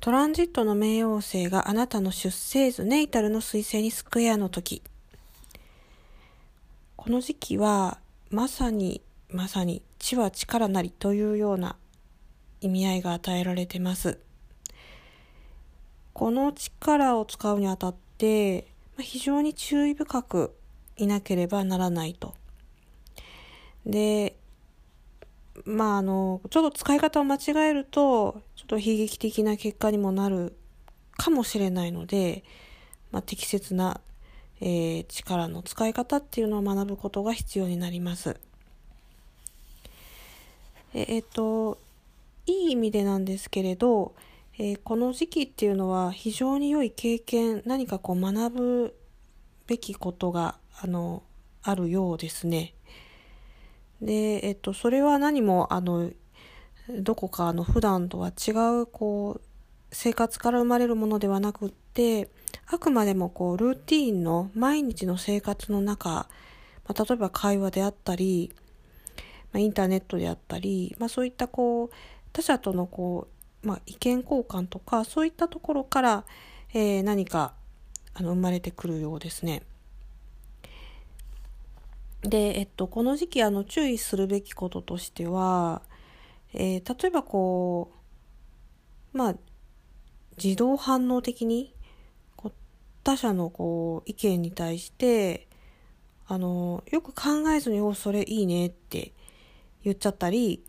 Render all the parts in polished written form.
トランジットの冥王星があなたの出生図ネイタルの彗星にスクエアの時、この時期はまさに地は力なりというような意味合いが与えられています。この力を使うにあたって非常に注意深くいなければならないと。で、ちょっと使い方を間違えるとちょっと悲劇的な結果にもなるかもしれないので、適切な、力の使い方っていうのを学ぶことが必要になります。いい意味でなんですけれど、この時期っていうのは非常に良い経験、何か学ぶべきことがあるようですね。で、それは何もどこか普段とは違う生活から生まれるものではなくって、あくまでもルーティーンの毎日の生活の中、例えば会話であったり、インターネットであったり、そういった他者との意見交換とか、そういったところから、何か生まれてくるようですね。で、この時期注意するべきこととしては、例えば自動反応的に他者の意見に対してよく考えずにそれいいねって言っちゃったり、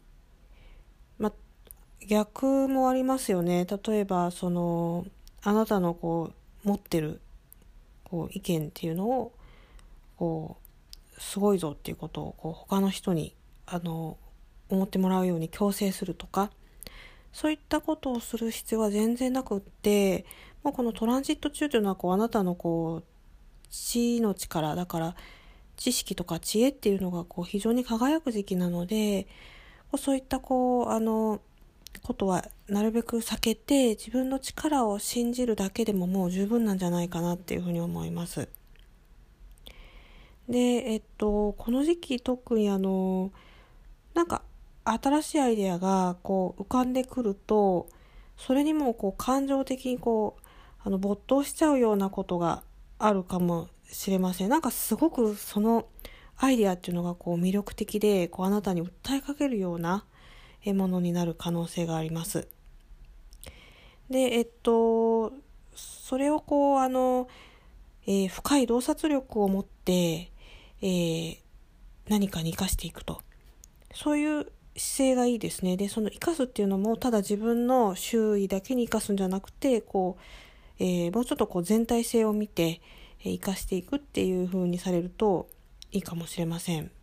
逆もありますよね。例えばあなたの持ってる意見っていうのをすごいぞっていうことを他の人に思ってもらうように強制するとか、そういったことをする必要は全然なくって、もうこのトランジット中というのはあなたの知の力だから、知識とか知恵っていうのが非常に輝く時期なので、そういったことはなるべく避けて、自分の力を信じるだけでももう十分なんじゃないかなっていうふうに思います。で、この時期特に新しいアイデアが浮かんでくると、それにも感情的に没頭しちゃうようなことがあるかもしれません。すごくそのアイデアっていうのが魅力的で、あなたに訴えかけるようなものになる可能性があります。で、それを深い洞察力を持って、何かに生かしていくと、そういう姿勢がいいですね。で、その生かすっていうのもただ自分の周囲だけに生かすんじゃなくて、もうちょっと全体性を見て、生かしていくっていう風にされるといいかもしれません。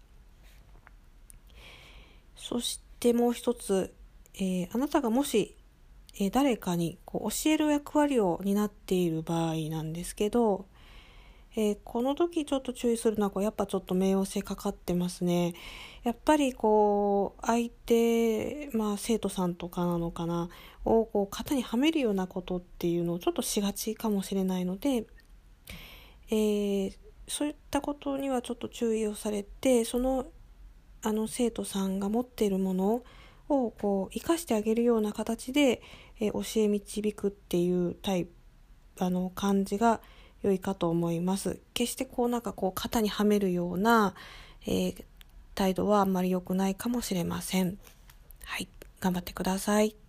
そしてもう一つ、あなたがもし、誰かに教える役割を担っている場合なんですけど、この時ちょっと注意するのはやっぱちょっと冥王星かかってますね。やっぱり相手、生徒さんとかなのかなを型にはめるようなことっていうのをちょっとしがちかもしれないので、そういったことにはちょっと注意をされて、その生徒さんが持っているものを生かしてあげるような形で、教え導くっていう感じが良いかと思います。決して型にはめるような、態度はあんまり良くないかもしれません。はい、頑張ってください。